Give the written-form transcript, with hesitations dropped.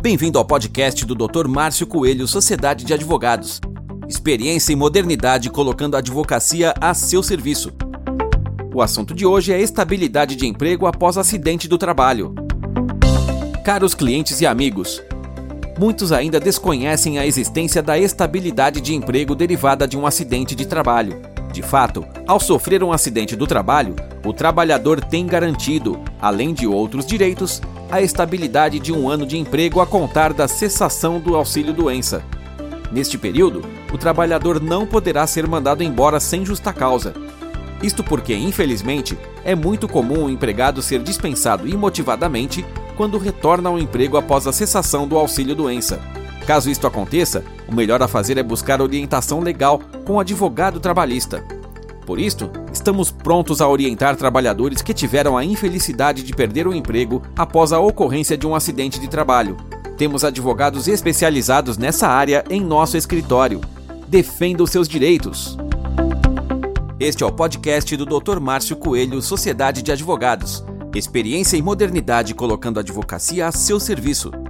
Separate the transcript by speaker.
Speaker 1: Bem-vindo ao podcast do Dr. Márcio Coelho, Sociedade de Advogados. Experiência e modernidade colocando a advocacia a seu serviço. O assunto de hoje é estabilidade de emprego após acidente do trabalho. Caros clientes e amigos, muitos ainda desconhecem a existência da estabilidade de emprego derivada de um acidente de trabalho. De fato, ao sofrer um acidente do trabalho, o trabalhador tem garantido, além de outros direitos, a estabilidade de 1 ano de emprego a contar da cessação do auxílio-doença. Neste período, o trabalhador não poderá ser mandado embora sem justa causa. Isto porque, infelizmente, é muito comum o empregado ser dispensado imotivadamente quando retorna ao emprego após a cessação do auxílio-doença. Caso isto aconteça, o melhor a fazer é buscar orientação legal com o advogado trabalhista. Por isto, estamos prontos a orientar trabalhadores que tiveram a infelicidade de perder o emprego após a ocorrência de um acidente de trabalho. Temos advogados especializados nessa área em nosso escritório. Defenda os seus direitos. Este é o podcast do Dr. Márcio Coelho, Sociedade de Advogados. Experiência e modernidade colocando a advocacia a seu serviço.